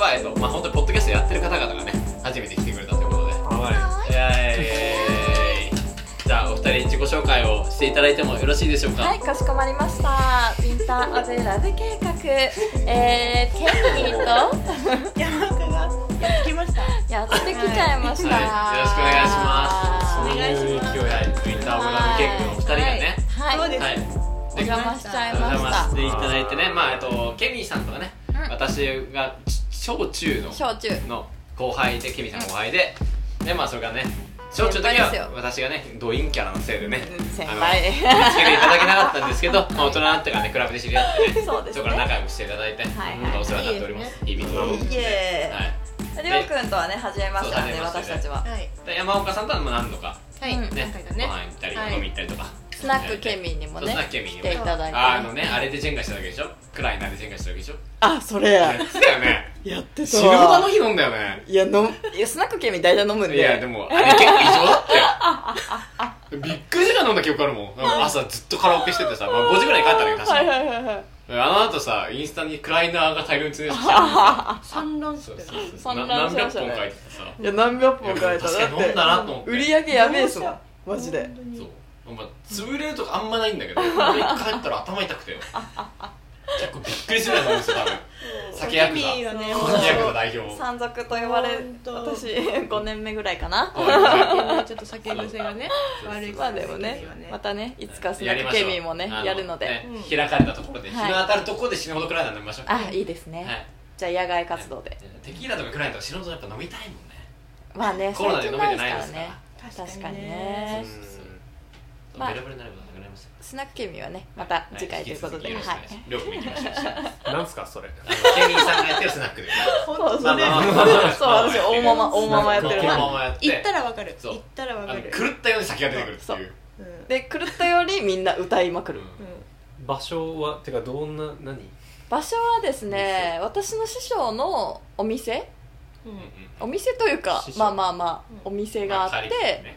はまあ本当にポッドキャストやってる方々がね初めて来てくれたということで、 はいじゃあお二人自己紹介をしていただいてもよろしいでしょうか。 はい、かしこまりました。ウィンター・オブ・ラブ計画、ケニーと山岡がやってきました。 やってきちゃいました、 はい、よろしくお願いします。 お願いします。 ウィンター・オブ・ラブ計画のお二人がね、 はい、 そうです。 はい、 お邪魔しちゃいおました。 邪魔していただいてね、まあケミーさんとかね、私が小中の後輩で、ケミーさんの後輩で、でまあそれからね、小中の時は私がねドインキャラのせいでね、 先輩つけていただけなかったんですけど、まあ大人になってからね比べて知り合ってね、 そうですね、 そこから仲良くしていただいて、お世話になっております。日々のイエはい。 りょうくんとはね、初めましてなんで、 そう私たちはーイ。はい。 で山岡さんとはもう何度かはい。 うんね、 何回かね。 ご飯行ったりはい飲み行ったりとか、 スナックケミーにもねスナックケミーにも来ていただいて、 あれでジェンガしただけでしょ、クライナーでジェンガしただけでしょ。 あ、それやってたよね。 やってた死ぬほどの日飲んだよね。 いや、スナックケミー大体飲むんで。 いやでもあれ結構異常だったよ。びっくりした飲んだ記憶あるもん。朝ずっとカラオケしててさ、まあ5時ぐらいに帰ったんだけど確かに。 はいはいはいはい。 あの後さ、インスタにクライナーが大量に詰めてきた。 産卵してる。 産何百本卵しましたね書いててさ。 いや、何百本書いた。 確かに飲んだなと思って。 売り上げやべえっすもん、マジで。 そう。まあ、潰れるとかあんまないんだけど、一回帰ったら頭痛くて。結構びっくりするようなもんですよ、多分。酒ヤクザ。 ケミーはね、 酒ヤクザ代表。 山賊と呼ばれる、 ほんと私5年目ぐらいかな。 ちょっと酒癖がね、悪いまあでもね、またね、いつかスナックケミーもね、やるので。 開かれたところで、日はいの当たるところで死ぬほどクライナー飲みましょう。 あ、いいですね。 はい。 じゃあ野外活動で。 テキーラとかクライナーとか死ぬほどやっぱ飲みたいもんね。 まあね、 コロナで飲めてない最ですから。 近確かにうね。 んまあベラベラになることなくなりました。 スナックケミーはね、また次回ということで。はい。 両方行きましょう。 なんすかそれ。 ケミーさんがやってるスナックで。 そう、 まあまあまあそう、私大ママやってる大な。 ママやって。 行ったらわかる。 そう行ったらわかる。 狂ったように酒が出てくるっていう。 で、狂ったよりみんな歌いまくる。 場所はてかどんな何？ 場所はですね、私の師匠のお店お店というか、まあまあまあ、お店があって、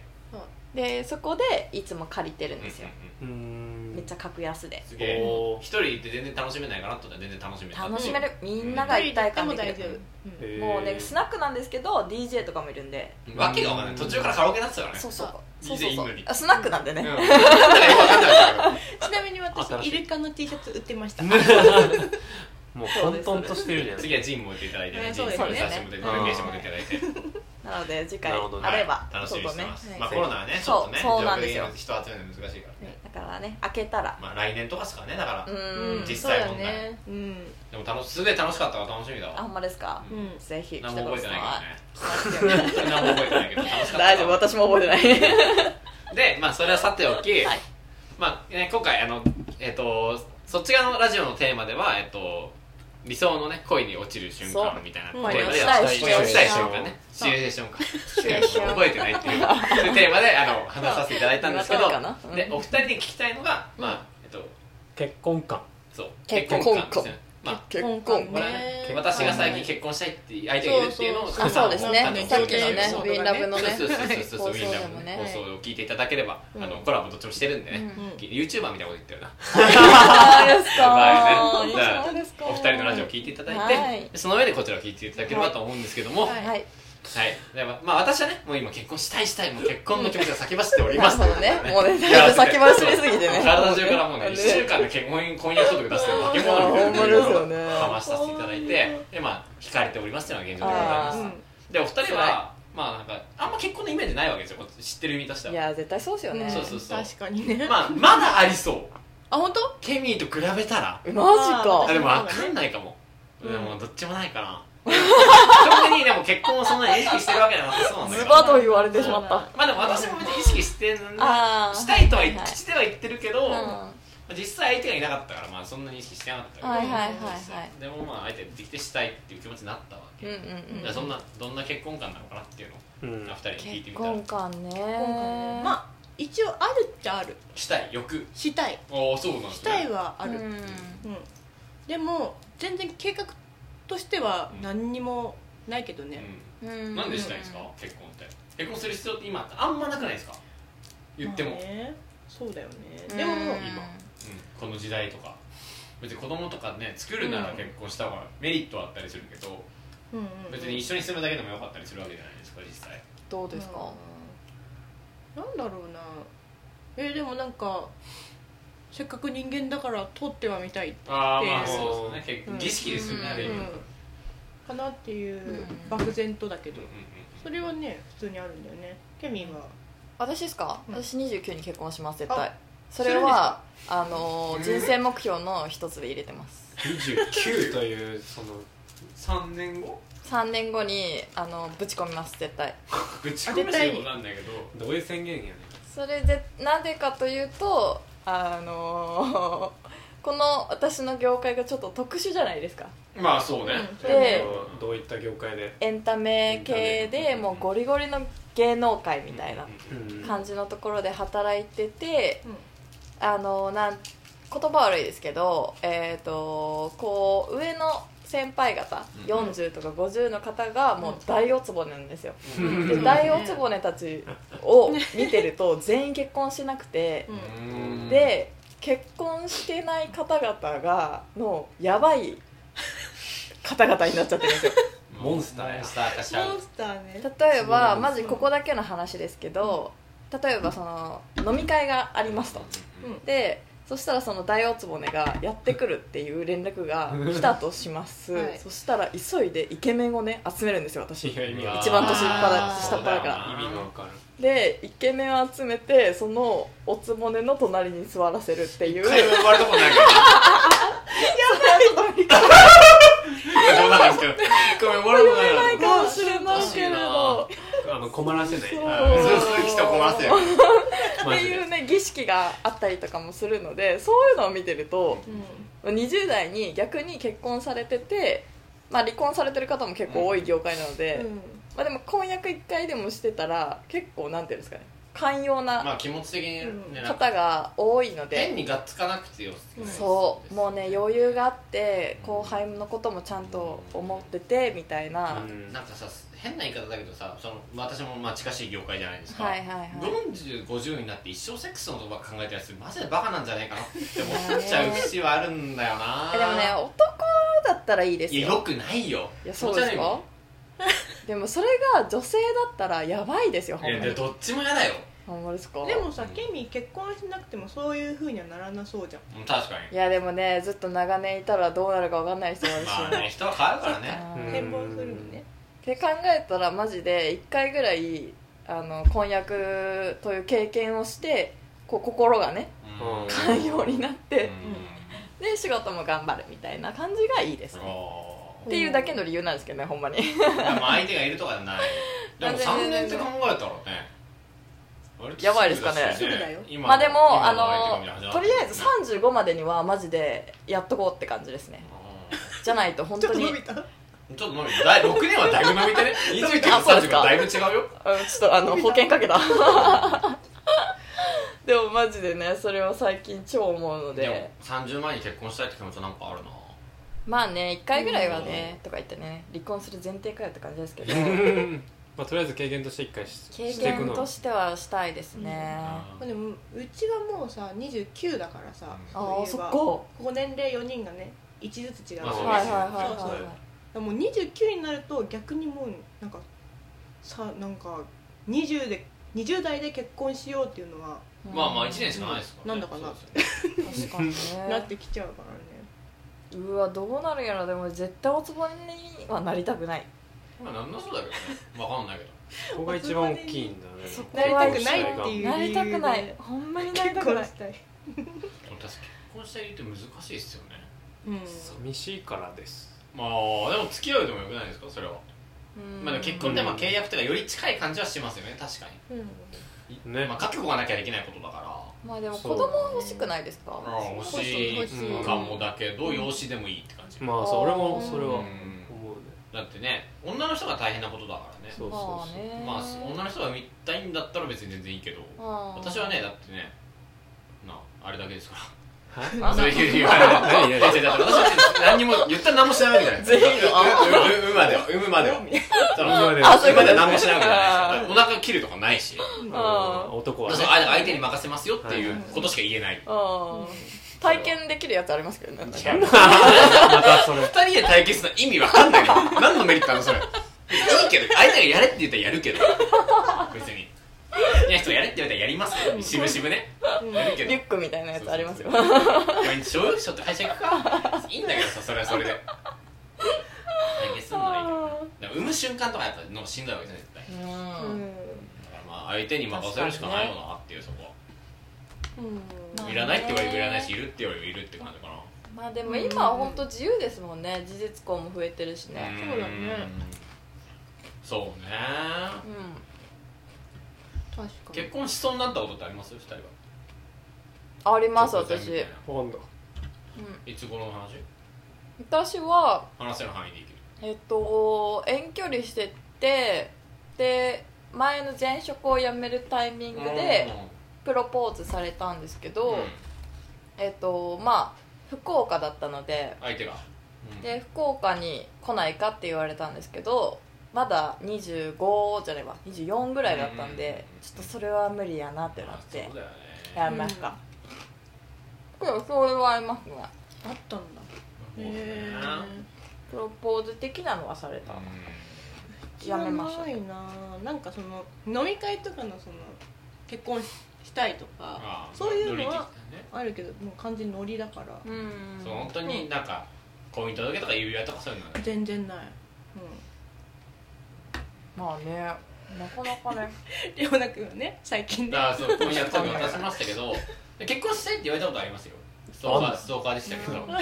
で、そこでいつも借りてるんですよ。めっちゃ格安で。 すげえ。一人で全然楽しめないかなと思ったら全然楽しめた。 楽しめる。みんなが一体感でき大丈る。 夫。 もうね、スナックなんですけど DJ とかもいるんで。 わけがわかんない。途中からカラオケになってたからね。 そうそう。 DJ いんのに。 スナックなんでね。 なんかよくわかんなかったけど。 ちなみに私イルカの T シャツ売ってました。 もう混沌としてるじゃん。 次はジンも売っていただいてね。ジンもそうですね写真も出て、文芸誌も出ていただいて。 なので次回なるほどねあれば楽しみにしてます。 はいまあコロナはね、ちょっとね、 そうなんですよ人集めるの難しいからね。 だからね、開けたら。 まあ来年とかですかね、だから。実そうだ際問題。 ね。 でもすげえ楽しかったから楽しみだあ、 わ。 ほんまですか。ぜひ来てください。 何も覚えてないけどね。本当に何も覚えてないけど楽しかった。 大丈夫、私も覚えてない。 で、まあそれはさておき、まあ今回そっち側のラジオのテーマでは理想のね恋に落ちる瞬間みたいなテーマで恋をしたい瞬間ね、シチュエーションか覚えてないっていうそういうテーマで話させていただいたんですけど、でお二人で聞きたいのがまあ結婚観。 そう結婚観ですね。まあ結婚これはね、私が最近結婚したいって相手がいるっていうのをあ、そうですね。さっきのね、ウィンラブのね、 そう放送ウィンラブのでもね。 放送を聞いていただければコラボどっちもしてるんでね、YouTuber みたいなこと言ってるな。 そうですか。 そうですか。お二人のラジオを聞いていただいて、その上でこちらを聞いていただければと思うんですけども、はい。でまあ私はね、もう今結婚したいもう結婚の気持ちが先走っております。 なるほどね。もうね、だいぶ先走りすぎてね。 体中からもうね、1週間で結婚婚約届出して化け物みたいなのをかましさせていただいて、でまあ惹かれておりますというのが現状でございます。でお二人はまあなんかあんま結婚のイメージないわけですよ、知ってる意味としては。 いや絶対そうですよね。 そう確かにね。 まあまだありそう。 あ、本当？ ケミーと比べたらマジか。 でも分かんないかも。でもどっちもないかな。特にでも結婚をそんなに意識してるわけじゃなさそうなんだけど。 ズバと言われてしまった。 まあでも私も意識してしたいとは口では言ってるけど、実際相手がいなかったからまあそんなに意識してなかったけど、でもまあ相手できてしたいっていう気持ちになったわけ。じゃあどんな結婚観なのかなっていうのを2人に聞いてみたら。 結婚観ね。 まあ一応あるっちゃある。 したい欲。 したい。 ああそうなんですね。 したいはある。でも全然計画としては何にもないけどね。 なんでしたいんですか結婚って。結婚する必要って今あんまなくないですか言っても。 そうだよね。でも今この時代とか別に子供とかね作るなら結婚した方がメリットはあったりするけど、 別に一緒に住むだけでもよかったりするわけじゃないですか実際。 どうですか？ なんだろうな。でもなんかせっかく人間だから取ってはみたいっていう、 まあそうですね、儀式ですよね、あれかなっていう漠然とだけど、それはね普通にあるんだよね。ケミンは？ 私ですか？私29に結婚します絶対。それは人生目標の一つで入れてます。 29というその3年後 3年後にぶち込みます絶対。 ぶち込みすることなんだけど、 どういう宣言やねん。 それでなぜかというとこの私の業界がちょっと特殊じゃないですか。 まあそうね。 でどういった業界で？ エンタメ系でもうゴリゴリの芸能界みたいな感じのところで働いてて、言葉悪いですけど、こう上の先輩方、40とか50の方がもう大おつぼねなんですよ。で大おつぼねたちを見てると全員結婚しなくて、で結婚してない方々がのやばい方々になっちゃってるんですよ。 モンスター化しちゃう。 モンスターね。 例えばマジここだけの話ですけど、例えばその飲み会がありますと、でそしたらその大おつぼねがやってくるっていう連絡が来たとします、はい、そしたら急いでイケメンをね集めるんですよ私。一番下っ端だから意味が分かる。 でイケメンを集めてそのおつぼねの隣に座らせるっていう。 一回も呼ばれたことないけど。冗談ですけど、一回も呼ばれたことないかもしれないけれど困らせない。 そういう人困らせよ。 っていうね儀式があったりとかもするので、そういうのを見てると、20代に逆に結婚されてて、まあ、離婚されてる方も結構多い業界なので、まあ、でも婚約1回でもしてたら結構なんていうんですかね、寛容な気持ち的に方が多いので、 変にがっつかなくてよ、 そうもうね余裕があって後輩のこともちゃんと思っててみたいな。 なんかさ変な言い方だけどさ、私も近しい業界じゃないですか、 はいはいはい、 40、50になって一生セックスのことばっか考えたやつマジでバカなんじゃないかなって思っちゃう節はあるんだよな。 でもね男だったらいいですよ。 いやよくないよ。 いやそうですかでもそれが女性だったらやばいですよ。ほんまにどっちも嫌だよ。 ほんまですか。 でもさ、ケミ結婚しなくてもそういう風にはならなそうじゃん。 確かに。 いやでもねずっと長年いたらどうなるか分かんないですよ私まあね、人は変わるからね。 変貌するのねって考えたらマジで1回ぐらい婚約という経験をしてこう心がね寛容になって、で仕事も頑張るみたいな感じがいいですねっていうだけの理由なんですけどね、ほんまに。 相手がいるとかじゃない。でも3年って考えたらねやばいですかね。まあでもとりあえず35までにはマジでやっとこうって感じですね。じゃないと本当にちょっと6年はだいぶ伸びてね。29と30がだいぶ違うよ。 ちょっと保険かけたでもマジでねそれは最近超思うので。でも 30前に結婚したいって気持ちなんかあるな。 まあね1回ぐらいはねとか言ってね離婚する前提かよって感じですけどまあ、とりあえず経験として1回経験としてはしたいですね、 でもうちはもうさ29だからさ、 ああそっかここ年齢4人がね1ずつ違う。 はいはいはいはい。 もう29になると逆にもうなんか20代で結婚しようっていうのはまあ1年しかないですからね。なんだかなって確かにねなってきちゃうからね。 うわどうなるんやろ。でも絶対おつぼねにはなりたくない。 まあなんなそうだけどね、分かんないけどここが一番大きいんだね。 なりたくないっていうなりたくない、ほんまになりたくない。 結婚したい。 結婚したい理由って難しいですよね。 寂しいからです。 まあでも付き合うでもよくないですかそれは。まあでも結婚って契約とかより近い感じはしますよね、確かに。ね、覚悟がなきゃできないことだから。 まあでも子供欲しくないですか。 欲しいかもだけど養子でもいいって感じ。 まあ俺もそれは思うね。 だってね、女の人が大変なことだからね。 そうそうそう。 まあ女の人が見たいんだったら別に全然いいけど、私はねだってね、あれだけですから。そういう理由はね。私は何にも言ったら何もしないわけじゃない。全員産むまでは産むまで何もしないわけじゃない。お腹切るとかないし。 男はね。 相手に任せますよっていうことしか言えない。 体験できるやつありますけどね。 またそれ2人で体験するの意味わかんないの。何のメリットあるのそれ。いいけど相手がやれって言ったらやるけど別にいや人やれって言われたらやりますよ渋々ね、やるけどリュックみたいなやつありますよ。 毎日しょって会社行くかいいんだけどさ、それはそれで解決するのはいいけど、でも産む瞬間とかやっぱのしんどいわけじゃない絶対、だからまあ相手に任せるしかないよなっていう、そこは、いらないって言われるいらないし、いるって言われるいるって感じかな。 まあでも今は本当自由ですもんね、事実婚も増えてるしね。 そうだね。 そうね。 確かに。 結婚しそうになったことってあります？2人ありますは私。 今度いつ頃の話？ 私は話せる範囲でいける。 遠距離してて、で前の前職を辞めるタイミングでプロポーズされたんですけど、まあ福岡だったので、 相手が、 で福岡に来ないかって言われたんですけど、まだ25じゃないわ24ぐらいだったんで、ちょっとそれは無理やなってなってそうだよね、 やめました。それはありますね。 あったんだ。 プロポーズ的なのはされた。やめました。 ないな。なんかその飲み会とかのその結婚したいとかそういうのはあるけど、もう完全にノリだから。 そう本当になんか婚姻届とか指輪とかそういうのは全然ない。 まあね、なかなかね。 レオナ君はね最近ね。 そう婚約届渡しましたけど、結婚したいって言われたことありますよ。ストーカーでしたけど。 違うか、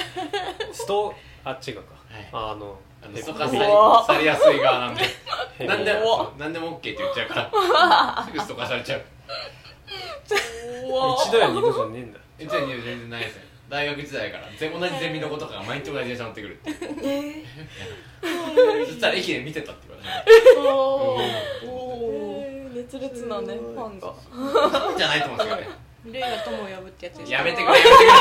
ストーカーされやすい側なんで何でも OK って言っちゃうからすぐストーカーされちゃう。 一度や二度じゃねえんだ。 全然ないですね。大学時代から同じゼミの子とかが毎日同じ電車乗ってくるってそしたら駅で見てたって言われて、 熱烈なねファンがじゃないと思うんですよね。 レイが友を呼ぶってやつです。 やめてくれ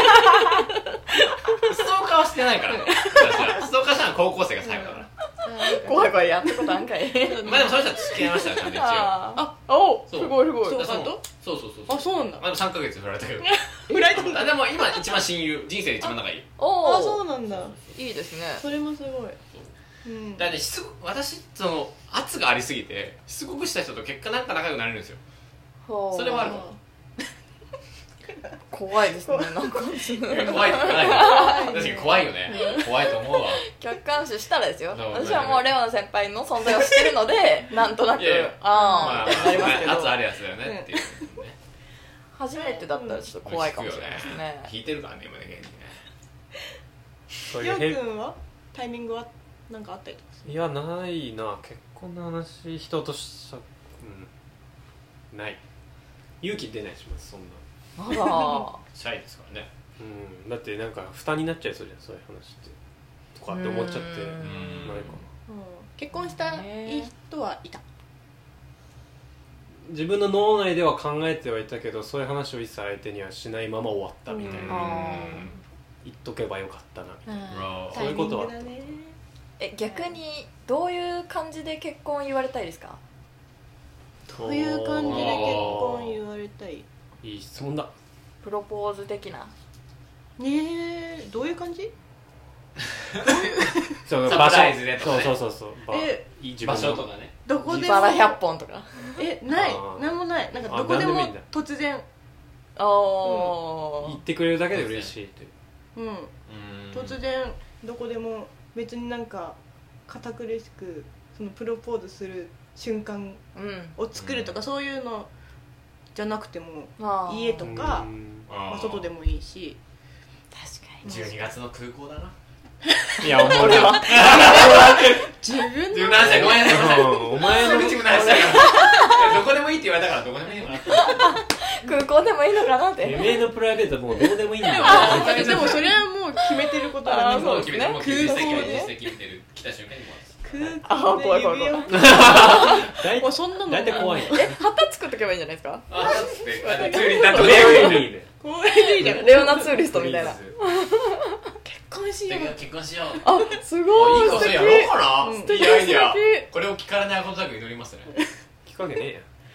ストーカーはしてないからストーカーしたのは高校生が最後だから。 怖い怖い、やったことあんかい。 まあでもその人は付き合いましたよ、ちゃんと一応。 すごいすごい。 そうあ、そうなんだ。 まあ3ヶ月振られたけど。 振られたんだ。 でも今一番親友、人生で一番仲いい。 あ、そうなんだ。 いいですね。 それもすごい。 だって私圧がありすぎてしつこくした人と結果なんか仲良くなれるんですよ。それはあるかも。 怖いですね、なんか。 怖いって言わない。確かに怖いよね。怖いと思うわ。 客観視したらですよ。私はもうレオナ先輩の存在を知ってるので、なんとなくああなりますけど、圧あるやつだよねっていう。 初めてだったらちょっと怖いかもしれないですね。 聞いてるからね、今ね、 現にね。りょうくんはタイミングはなんかあったりとかする？ いや、ないな。結婚の話人としたない。勇気出ないします、そんな。 あらシャイですからね。 だってなんか負担になっちゃいそうじゃん、そういう話ってとかって思っちゃってないかな。 結婚したい人はいた。 自分の脳内では考えてはいたけど、そういう話を一切相手にはしないまま終わったみたいな。言っとけばよかったなみたいな、そういうことは。 逆にどういう感じで結婚言われたいですか？ どういう感じで結婚言われたい？ いい質問だ。 プロポーズ的なねえ、どういう感じ？ サプライズでとかね。 そう場所とかね、 どこでもバラ100本とかない、なんもない。なんかどこでも突然言ってくれるだけで嬉しいって。 突然どこでも、別になんか堅苦しくそのプロポーズする瞬間を作るとかそういうのじゃなくても、家とか外でもいいし。 確かに12月の空港だな。 いや、俺は自分の話だ、ごめんなさい。お前の自分の話だからどこでもいいって言われたからどこでもいいのかな。 空港でもいいのかなって。 てめえのプライベートもうどうでもいいんだよ。 でもそれはもう決めてることだね。 そう決めてる。空港で決めてる。来た瞬間にも怖い怖い怖い。 そんなの大体怖い。 旗作っとけばいいんじゃないですか？ 旗作ってツーリストこれいいじゃん。 レオナツーリストみたいな。 結婚しよう。 すごい。 いいことやろうかな。いいアイディア。これを聞かれないことだけ祈りますね。 聞くわけねえや。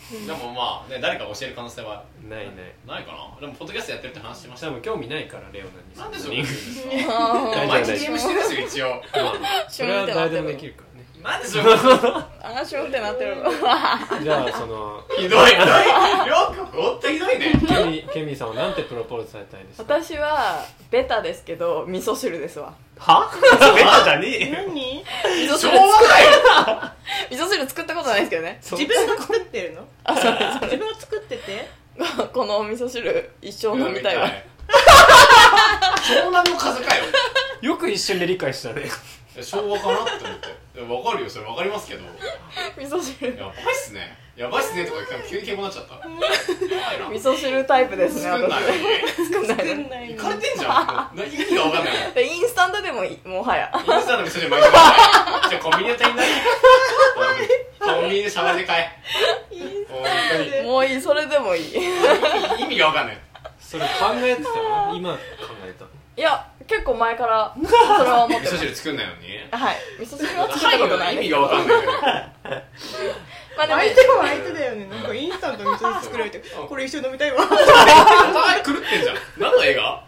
でもまあね、誰か教える可能性はないかな。でもポッドキャストやってるって話しました。 多分興味ないからレオナに。 なんでそういうこと毎日ゲームしてるんですよ一応。 それは誰でもできるからね。 なんでそういうことあシュンってなってるじゃあそのひどいよくほんとひどいね。 ケミーさんはなんてプロポーズされたいですか？ 私はベタですけど味噌汁ですわ。 は？ベタじゃねえ。 何？ 味噌汁味噌汁作ったことないですけどね。 自分が作ってるの？あ、そうです。自分が作っててこのお味噌汁一生飲みたいわ。 湘南の風かよ。 よく一瞬で理解したね。 昭和かなって思って。分かるよ、それ分かりますけど。 味噌汁やばいっすね。やばいっすねとか言ったら急に敬語になっちゃった。 味噌汁タイプですね。 作んない作んない。 いかれてんじゃん。意味が分かんない。 インスタントでももはや。 インスタント味噌汁巻いてください。じゃあコンビニで足りない。コンビニでシャワーで買え。 もういい、それでもいい。 意味が分かんない。 それ考えてたの？今考えたの？ いや、結構前からそれは思ってます。 味噌汁作んないのに。 はい、味噌汁は作ったことない。 意味が分かんない。 相手は相手だよね。なんかインスタント味噌汁作られて、これ一緒に飲みたいわ。 お互い狂ってんじゃん。何の映画？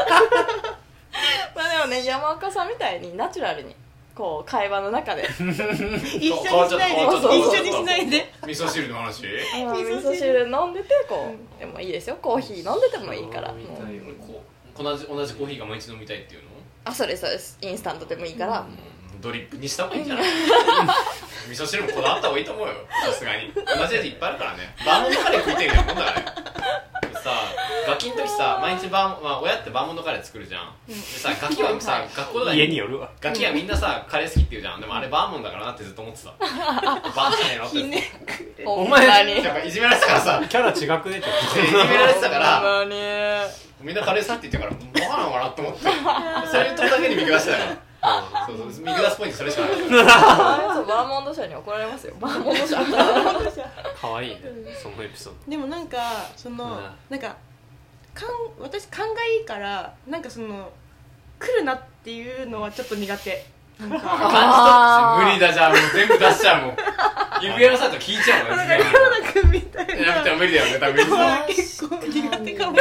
まあでもね、山岡さんみたいにナチュラルにこう会話の中で一緒にしないで。 味噌汁の話？ 味噌汁飲んでてこうでもいいですよ。コーヒー飲んでてもいいから。 同じコーヒーが毎日飲みたいっていうの？ あ、そうですそうです。インスタントでもいいから。 ドリップにした方がいいんじゃない？味噌汁もこだわった方がいいと思うよ。さすがに同じやついっぱいあるからね。バーモントカレー食いてるみたいなもんだからね。さ、ガキの時さ、毎日親ってバーモントカレー作るじゃん。でさ、ガキはさ、学校とか家によるわ。 ガキはみんなさ、カレー好きって言うじゃん。でもあれバーモンだからなってずっと思ってた。バーじゃねえのってお前やっぱいじめられてたからさ、 キャラ違くねちょっと。 いじめられてたからみんなカレー好きって言ってからバカなのかなって思って、それとだけに見下してたから。そう見下すポイントそれしかない。 バーモンド社に怒られますよ。バーモンド社。 かわいいね、そのエピソード。 でもなんかなんか私勘がいいからなんかその来るなっていうのはちょっと苦手。なんか無理だじゃん、もう全部出しちゃうもん。指輪のサイト聞いちゃうもん。 なんかレオナ君みたいな。 やめても無理だよね、多分。 結構苦手かも。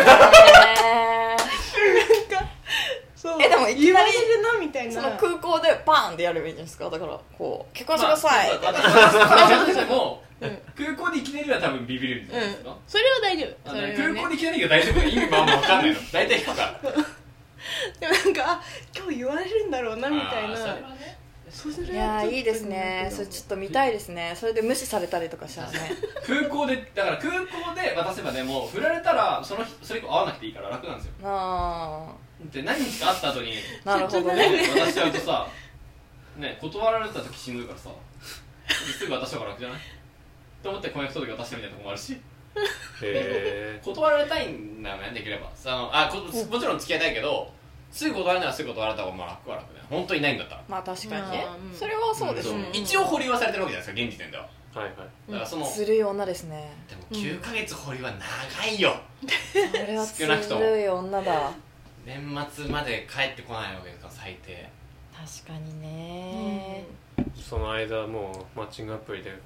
そうでもいきなりるなみたいな。 その空港でバーンってやればいいんじゃないですか。だからこう結婚してください。 も空港でいきなりは多分ビビるんじゃないですか。 それは大丈夫。 空港でいきなりが大丈夫な意味もあんま分かんないの。大体聞くから。 でもなんか今日言われるんだろうなみたいな。 いやいいですね。それちょっと見たいですね。それで無視されたりとかしたらね。 空港で渡せばね、もう振られたらそれ以降会わなくていいから楽なんですよ。で何日か会った後になるほどね。 渡しちゃうとさ、ね、断られた時しんどいからさ、すぐ渡した方が楽じゃないと思って婚約届渡したみたいなとこもあるし。断られたいんだよね、できれば。もちろん付き合いたいけど、すぐ断れないらすぐ断られた方が楽は楽ね。本当にないんだったら。 まあ確かにね。それはそうですね。 一応保留はされてるわけじゃないですか、現時点では。 はいはい。 だからそのずるい女ですね。 でも9ヶ月保留は長いよ。 それはずるい女だ。 年末まで帰ってこないわけですから最低。 確かにね。 その間もうマッチングアプリで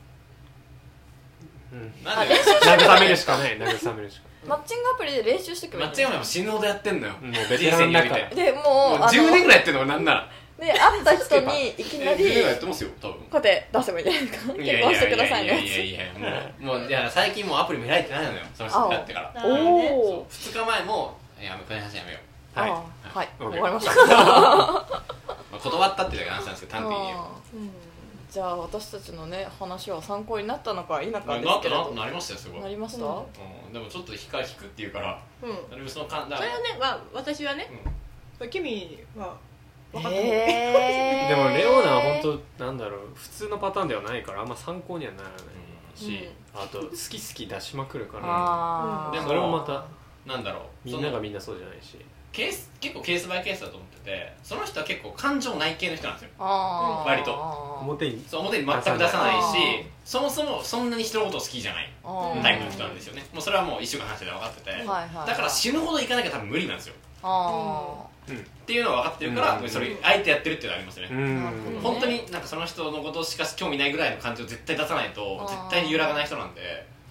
慰めるしかない。慰めるしかマッチングアプリで練習してくれる。 マッチングアプリも死ぬほどやってんのよ。 もうベテランだから。 でもう 10年ぐらいやってんのなんなら。 で会った人にいきなり 10年やってますよ多分。 こうやって出せばいいじゃないですか。結婚してくださいね。 もう最近もうアプリも開いてないのよ。その人やってから。 おお。 2日前もこの話やめよう。 はいわかりました。 断ったっていう話なんですけど端的に言う。 じゃあ私たちのね話は参考になったのか否かですけれど。 なりましたよすごい。 なりました。 でもちょっと引くっていうから。それはね、私はね、君は分かった。 でもレオナは本当なんだろう、普通のパターンではないからあんま参考にはならないし、あと好き出しまくるから。でもそれもまたなんだろう、 みんながみんなそうじゃないし。 結構ケースバイケースだと思ってて、その人は結構感情ない系の人なんですよ。割と表に全く出さないし、そもそもそんなに人のことを好きじゃないタイプの人なんですよね。もうそれはもう一週間話で分かってて、だから死ぬほど行かなきゃ多分無理なんですよっていうのは分かってるから、それあえてやってるっていうのはありますよね。本当になんかその人のことしか興味ないぐらいの感情を絶対出さないと絶対に揺らがない人なんで、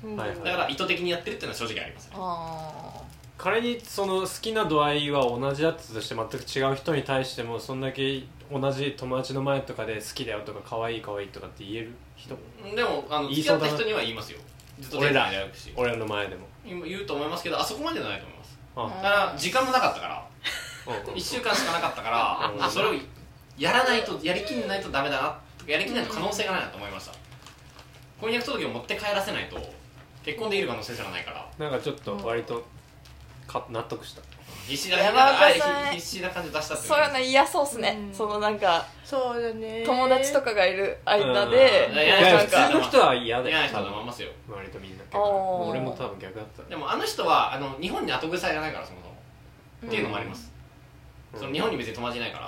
だから意図的にやってるっていうのは正直ありますね。 仮にその好きな度合いは同じだったとして全く違う人に対してもそんだけ同じ友達の前とかで好きだよとか可愛い可愛いとかって言える人？ でも付き合った人には言いますよ。ずっと出てないし俺の前でも言うと思いますけど、あそこまでじゃないと思います。だから時間もなかったから1週間しかなかったからそれをやらないと、やりきんないとダメだなとか、やりきんないと可能性がないなと思いました。婚約届を持って帰らせないと結婚できる可能性じゃないから、 なんかちょっと割と納得した。 必死な感じ出したっていう。 そういうの嫌そうっすね、そのなんかそうだね、 友達とかがいる間で普通の人は嫌だよ。 嫌な人だと思いますよ、 割とみんな。俺も多分逆だった。 でもあの人は日本に後腐れがないから、そもそもっていうのもあります。その日本に別に友達いないから、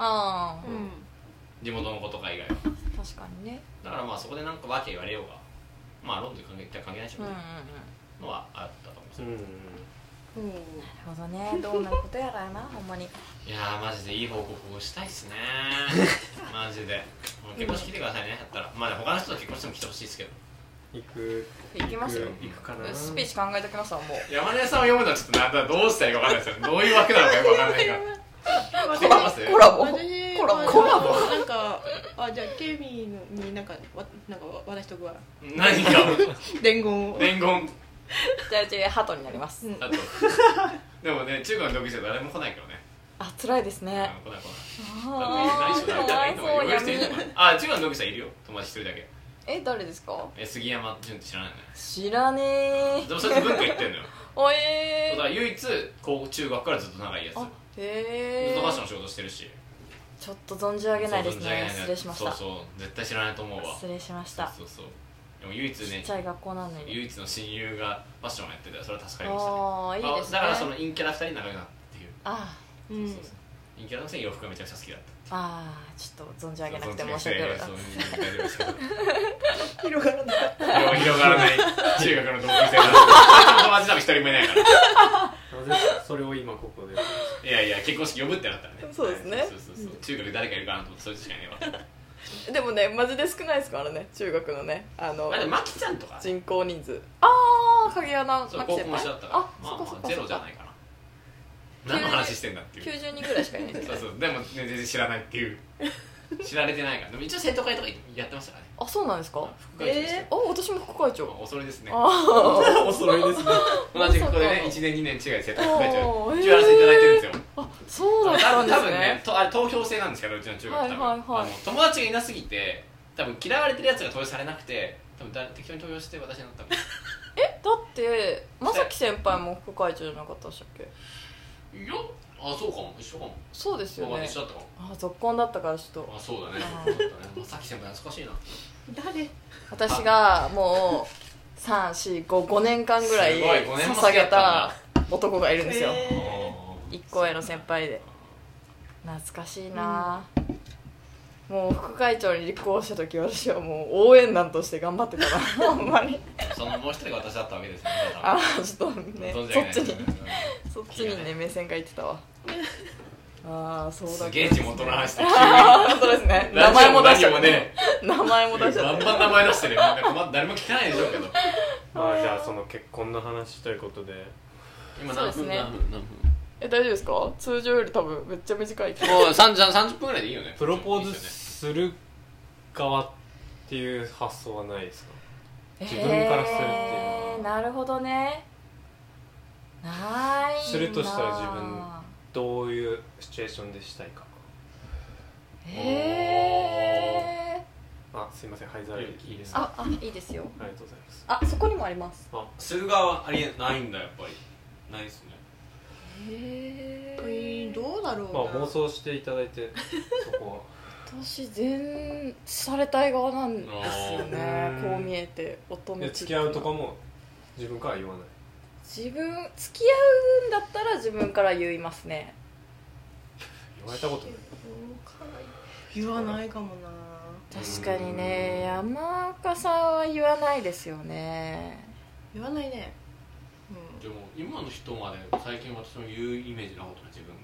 地元の子とか以外は。 確かにね。 だからまあそこでなんか訳言われようが、まあロンドンに関係ないでしょうね、のはあったと思います。 なるほどね。どうなることやらやな、ほんまに。 いやーマジでいい報告をしたいっすねマジで結婚式来てくださいね、やったら。まあ他の人と結婚しても来てほしいですけど。 行きますよ。 行くかな。 スピーチ考えときますわ、もう。 山根さんを読むのはちょっとなんだ、どうしたらいいか分かんないですよ。どういうわけなのかよく分かんないからコラボなんかじゃあケミになんか渡しとくわ。 何か伝言を。 じゃあハトになります。 あとでもね、中学の同級生誰も来ないけどね。 あ、辛いですね。 来ない。あ、中学の同級生いるよ、友達一人だけ。 誰ですか？ 杉山純って知らないね。 知らねえ。 でもそいつ文化言ってんのよ。 だから唯一中学からずっと仲いいやつ。ずっとファッションの仕事してるし。 ちょっと存じ上げないですね。失礼しました。 そう絶対知らないと思うわ。 失礼しました。 そうでも唯一ね、 ちっちゃい学校なのに唯一の親友がファッションをやってて、それは助かりましたね。 いいですね。 だからその陰キャラ2人仲良くなったっていう。 そう陰キャラの洋服がめちゃくちゃ好きだった。 ちょっっと存じ上げなくて申し訳ない。 広がらない広がらない中学の同級生が友達多分一人もいないからなぜそれを今ここでいやいや結婚式呼ぶってなったらね。 そうですね。 そう中学で誰かいるかなと思ってそれしかいねえわ。 でもねマジで少ないですからね中学のねマキちゃんとか人口人数影穴マキ先輩高校も一緒だったからまあゼロじゃないかな。何の話してんだっていう 90人ぐらいしかいないそうでも、ね、全然知らないっていう知られてないから。でも一応生徒会とかやってましたからね。 あ、そうなんですか。 副会長ですよ。 私も副会長。 お揃いですね。 お揃いですね。 同じここでね1年2年違いで生徒会長一応やらせていただいてるんですよ。 あ、そうだったんですね。 多分ね投票制なんですけどうちの中学友達がいなすぎて多分嫌われてるやつが投票されなくて多分適当に投票して私になっただってまさき先輩も副会長じゃなかったでしたっけ。 いやそうかも一緒かも。 そうですよね。 一緒だったかも。 続婚だったからちょっとそうだね。まさき先輩懐かしいな。 誰。私がもう3、4、5年間ぐらい捧げた男がいるんですよ。1個上の先輩で懐かしいな。もう副会長に立候補した時私はもう応援団として頑張ってたなほんまに。 そのもう一人が私だったわけですね。 ちょっとねそっちにね目線がいってたわ。そうだ。 すげえ地元の話で急に本当ですね。名前も出してね。 名前も出してバンバン名前出してる。誰も聞かないでしょうけど。 じゃあその結婚の話ということで今何分大丈夫ですか。通常より多分めっちゃ短い。もう 30分ぐらいでいいよね。 プロポーズする側っていう発想はないですか。自分からするっていうのは。 なるほどね。ないな。 するとしたら自分どういうシチュエーションでしたいか。すいません灰皿いいですか。 いいですよ。 ありがとうございます。 そこにもあります。 する側はありえないんだやっぱり。ないですね。 どうだろうな。妄想していただいてそこは。 私されたい側なんですよね。こう見えて乙女。 付き合うとかも自分から言わない。 付き合うんだったら自分から言いますね。 言われたことない。 言わないかもな。 確かにね山岡さんは言わないですよね。 言わないね。 でも今の人まで最近私も言うイメージなかったな自分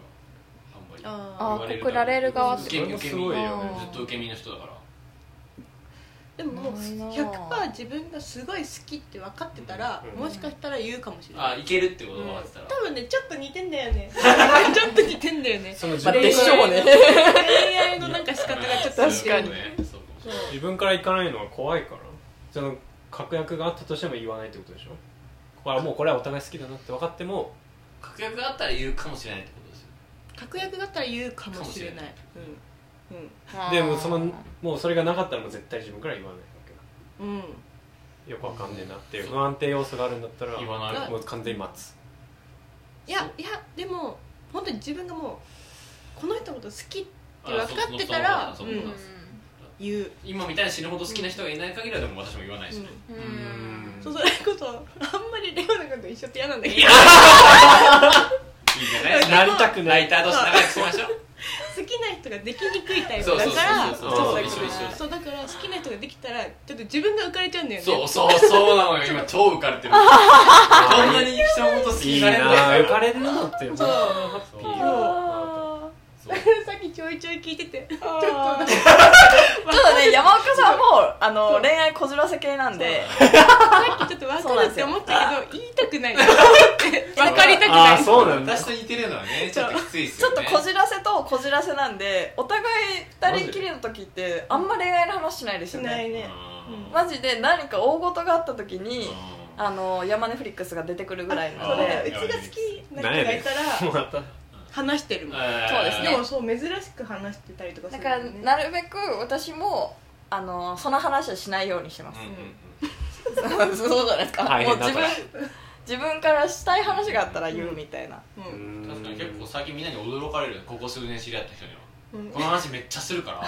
があんまり告られる側って受け身よね。ずっと受け身の人だから。 でももう 100% 自分がすごい好きって分かってたら、もしかしたら言うかもしれない。 あ、いけるってことが分かってたら、 多分ねちょっと似てんだよねちょっと似てんだよね。 そのまあでしょうね恋愛のなんか仕方がちょっと確かに自分から行かないのは怖いから、その確約があったとしても言わないってことでしょ。これもうこれはお互い好きだなって分かっても、 確約があったら言うかもしれないってことですよ。 確約だったら言うかもしれない。 でももうそれがなかったらもう絶対自分から言わないわけだ。 うん、 よくわかんねえなっていう不安定要素があるんだったら言わない。 もう完全に待つ。 いやでも本当に自分がもうこの人のこと好きって分かってたら言う。 今みたいに死ぬほど好きな人がいない限りはでも私も言わないしね。 それこそあんまりレオナ君と一緒って嫌なんだけど、 いいじゃないですか。 なりたくない。 ライターとして仲良くしましょう。 好きな人ができにくいタイプだからそうだから好きな人ができたらちょっと自分が浮かれちゃうんだよね。 そうなのよ。今超浮かれてる。こんなに人のこと好きになれるんだよ。 浮かれるのってそうハッピーよ。 さっきちょいちょい聞いててちょっとね、山岡さんも恋愛こじらせ系なんで、 さっきちょっと分かるって思ったけど言いたくない分かりたくない。 そうなんだ。 私と似てるのはねちょっときついっすよね。 ちょっとこじらせとこじらせなんで、お互い二人きりの時ってあんま恋愛の話しないですよね。 しないね。 マジで何か大事があった時に山根フリックスが出てくるぐらいなので、 うちが好きな人がいたら話してるもん。 そうですね。 でもそう珍しく話してたりとかする、ね、 だからなるべく私もその話はしないようにしてます。そうじゃないですか。もう自分からしたい話があったら言うみたいな。 確かに結構最近みんなに驚かれる。ここ数年知り合った人にはこの話めっちゃするから。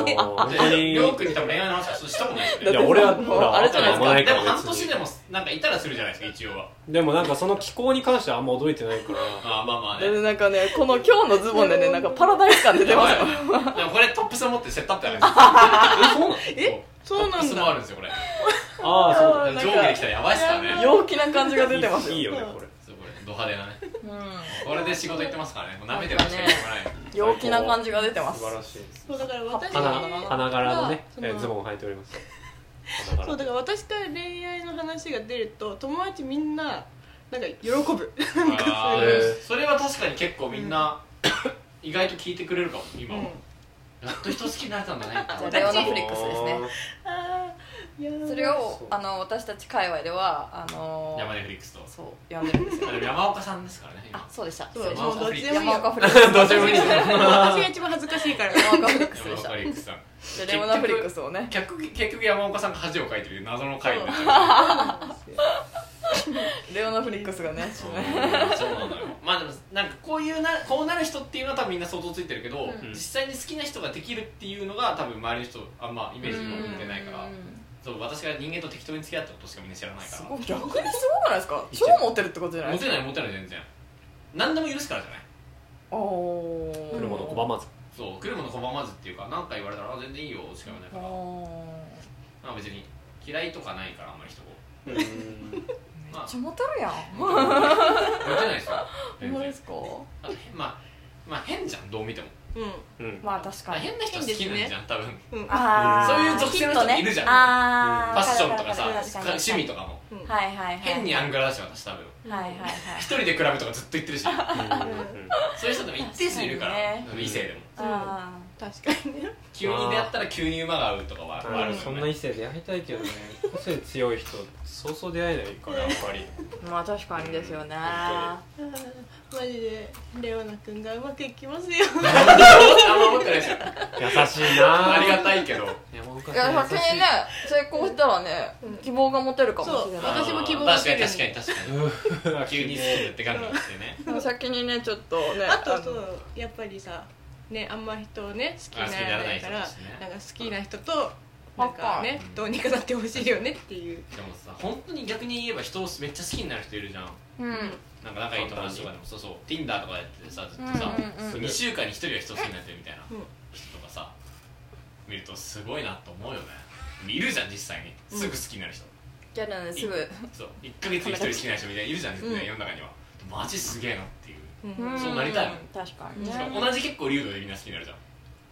りょうくんに多分恋愛の話はしたことないですよね。 いや俺はあれじゃないですか。 でも半年でもなんかいたらするじゃないですか一応は。 でもなんかその気候に関してはあんま驚いてないから。 まあね。 なんかね、この今日のズボンでね、なんかパラダイス感出てますよ。 でもこれトップスを持ってセットアップあるんですよ。 そうなんだ。 トップスもあるんですよこれ。 そう上下できたらやばいっすからね。 陽気な感じが出てますよ。 いいよねこれ。 ド派手なね。これで仕事行ってますからね。舐めてるしかない。 陽気な感じが出てます。 素晴らしいです。 そうだから私花柄のねズボンを履いております。 そうだから私から恋愛の話が出ると友達みんななんか喜ぶ。 それは確かに結構みんな意外と聞いてくれるかも今は。やっと人好きになれたんだね。 じゃあレオナフリックスですね。それを私たち界隈では山根フリックスとそう呼んでるんですよ。 山岡さんですからね。 あ、そうでした。 山岡フリックス。 山岡フリックス。 どっちもいいですね。 私が一番恥ずかしいから。 山岡フリックスでした。 山岡フリックスさん。 レオナフリックスをね。 結局山岡さんが恥をかいてる謎の回になっちゃう。 レオナフリックスがね。 そうなのよ。まあでもなんかこうなる人っていうのは多分みんな想像ついてるけど、実際に好きな人ができるっていうのが多分周りの人あんまイメージが持ってないから。そう私が人間と適当に付き合ったことしかみんな知らないから。 逆にすごくないですか。超モテるってことじゃないですか。 モテない全然。何でも許すからじゃない。 来るもの拒まず。 そう来るもの拒まずっていうか何か言われたら全然いいよしか言わないから。まあ別に嫌いとかないからあんまり人を。 めっちゃモテるやん。 モテないですよ。 ほんまですか。 まあ変じゃんどう見ても。 まあ確かに変な人好きなんじゃん多分。そういう属性の人いるじゃん。ファッションとかさ趣味とかも変にアングラだし私多分。一人で比べとかずっと言ってるし。そういう人でも一定数いるから異性でも。 確かにね。 急に出会ったら急に馬が合うとかはある。 そんな異性出会いたいけどね。個性強い人そうそう出会えないからやっぱり。 まあ確かにですよね。 マジでレオナ君がうまくいきますよ。 あんま思ってないですよ。 優しいな。 ありがたいけど。 いや先にね成功したらね希望が持てるかもしれない。 私も希望持てる。 確かに急に好きって感じですよね。 先にねちょっとね。 あとそうやっぱりさねあんま人をね好きにならないからなんか好きな人となんかねどうにかなってほしいよねっていう。 でもさ本当に逆に言えば人をめっちゃ好きになる人いるじゃん。なんか仲いい友達とかでもそう Tinder とかやっててさずっとさ2週間に1人は人好きになってるみたいな人とかさ見るとすごいなと思うよね。いるじゃん実際にすぐ好きになる人。 ギャルなんですぐ。 そう1ヶ月に1人好きな人みたいないるじゃん世の中には。マジすげえなっていう。そうなりたいもん。 確かに同じ結構流度でみんな好きになるじゃん。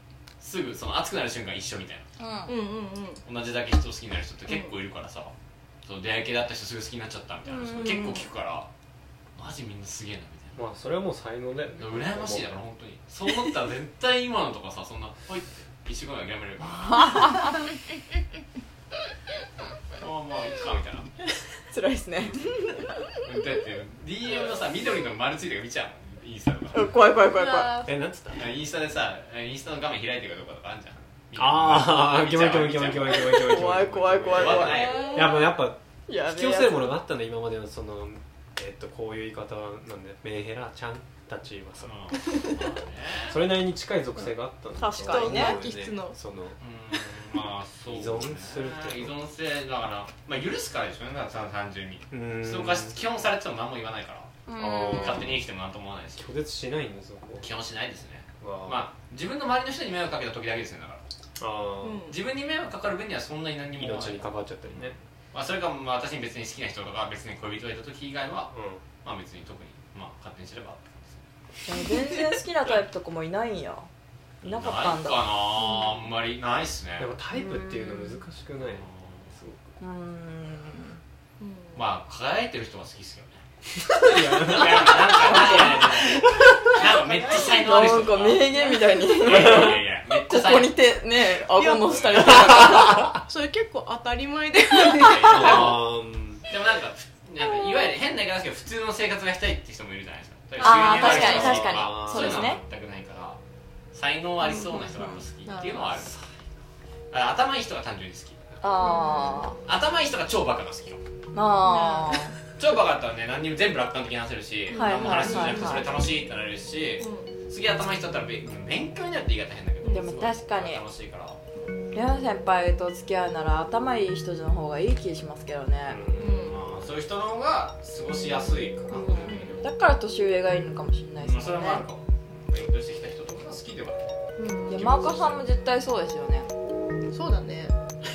すぐその熱くなる瞬間一緒みたいな、同じだけ人を好きになる人って結構いるからさ、その出会い系だった人すぐ好きになっちゃったみたいな人結構聞くから、マジみんなすげえなみたいな。 まあそれはもう才能だよね。 羨ましいだから本当に。そう思ったら絶対今のとかさ、そんなほいって一週間ぐらい諦めれるからまあいいかみたいな。 辛いっすね。 だって DM のさ緑の丸ついてるの見ちゃうのインスタとか。 怖い。 なんつった？ インスタでさ、インスタの画面開いてるかどうかとかあるじゃん。 キモい。 怖い。 やっぱ引き寄せるものがあったんだ今までのそのこういう言い方なんでメンヘラちゃんたちはさ、それなりに近い属性があったんだ。 確かにね。 気質のそのまあそう依存するって依存性だから、まあ許すからでしょうね。だから単純にそうか基本されてても何も言わないから、勝手に生きても何とも思わないし。 拒絶しないんだそこ。 基本しないですね。まあ自分の周りの人に迷惑かけた時だけですね。だから自分に迷惑かかる分にはそんなに何にも命に関わっちゃったりね。 まあそれかまあ私に別に好きな人とか別に恋人がいた時以外は、まあ別に特にまあ勝手にすればって感じですね。 全然好きなタイプとかもいないんや。いなかったんだ。 ないかな、あんまりないっすね。 でもタイプっていうの難しくない？すごく。 まあ輝いてる人は好きっすよね。なんかめっちゃ才能ある人とか。 なんか名言みたいに。 めっちゃここに手ね、顎の下に手が。それ結構当たり前だよね。 でもなんかいわゆる変な言い方ですけど普通の生活がしたいって人もいるじゃないですか。 ああ確かにそういうのは全くないから、才能ありそうな人が好きっていうのはある。頭いい人が単純に好き。頭いい人が超バカが好きよ。超バカだったらね、何にも全部楽観的に話せるし、何も話すんじゃなくてそれ楽しいってなれるし、次頭いい人だったら勉強になるって言い方変だけど、 でも確かに楽しいから。 レオン先輩と付き合うなら頭いい人の方がいい気しますけどね。 そういう人の方が過ごしやすいかな。 だから年上がいいのかもしれないですね。 それもあるかも。勉強してきた人とかが好きではある。 山岡さんも絶対そうですよね。 そうだね。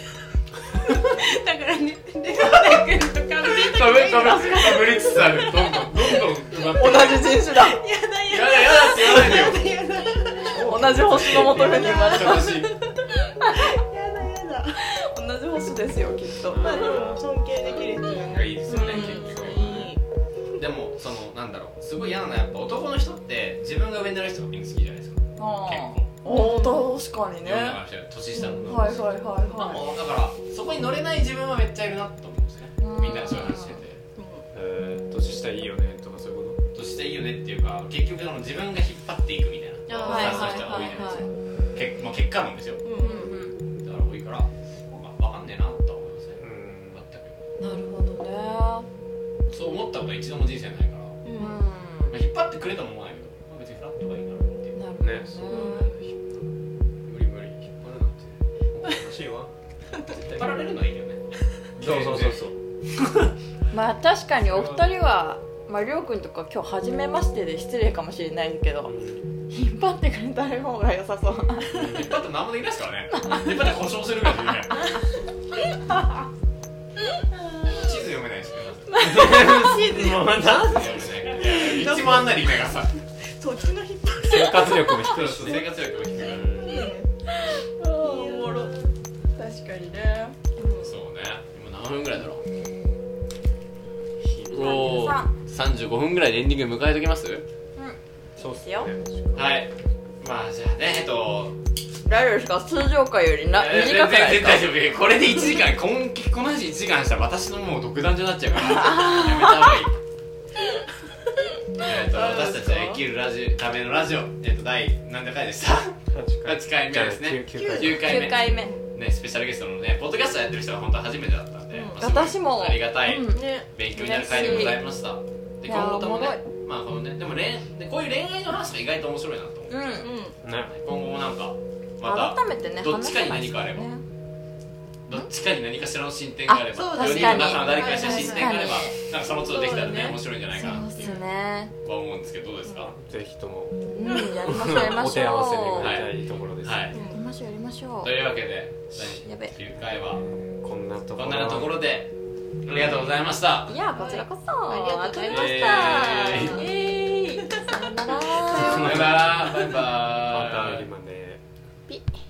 だからね、レオネ君とかぶりつつある。どんどん埋まって同じ人種だ。 やだって言わないでよ。 同じ星の元に生まれた。 やだ。 同じ星ですよきっと。 まあでも尊敬できる人がいいですよね。結局でもそのなんだろう、すごい嫌なのはやっぱ男の人って自分が上になる人がみんな好きじゃないですか。結構確かにね。 年下の。 はい。 だからそこに乗れない自分はめっちゃいるなと思うんですね。みんなそういう話してて。 年下いいよねとかそういうこと？ 年下いいよねっていうか、結局自分が引っ張っていくみたいな。そういう人が多いじゃないですか。結果論ですよ。だから多いから、わかんねえなとは思いますね。 なるほどね。 そう思ったことは一度も人生ないから、引っ張ってくれとも思わないけど、別にフラットがいいなっていう。 なるほどね。 無理引っ張るなんて楽しいわ。 引っ張られるのはいいよね。 そうまあ確かにお二人はまありょうくんとか今日初めましてで失礼かもしれないけど、引っ張ってくれた方が良さそう。 引っ張って何もできないですからね。引っ張って故障するからね。地図読めないですけど。一番あんなりいないからさ。 そっちの引っ張る生活力も低いし生活力も低いから。 おもろ。確かにね。 そうね。今何分ぐらいだろう。35分ぐらいでエンディング迎えときます？ そうですよ。 はい。まあじゃあね大丈夫ですか？通常回より短くないですか？ 大丈夫。これで1時間この話1時間したら私のもう独壇場になっちゃうからやめた方がいい。私たちは生きるためのラジオ第何回でした？ 8回目ですね。9回目ね、スペシャルゲストのねポッドキャストやってる人が本当は初めてだったんで、 私もありがたい勉強になる回でございました。で今後ともね、まあこのねでもこういう恋愛の話が意外と面白いなと思って、今後もなんかまた改めてねどっちかに何かあれば、どっちかに何かしらの進展があれば、4人の中の誰かにした進展があれば、なんかその都度できたらね面白いんじゃないかなっていうは思うんですけど、どうですか？ ぜひともやりましょう。お手合わせ願いたいところです。 やりましょう。 というわけで9回はこんなところでありがとうございました。 いやこちらこそありがとうございました。さよなら。 さよなら。バイバーイ。 また今ねピ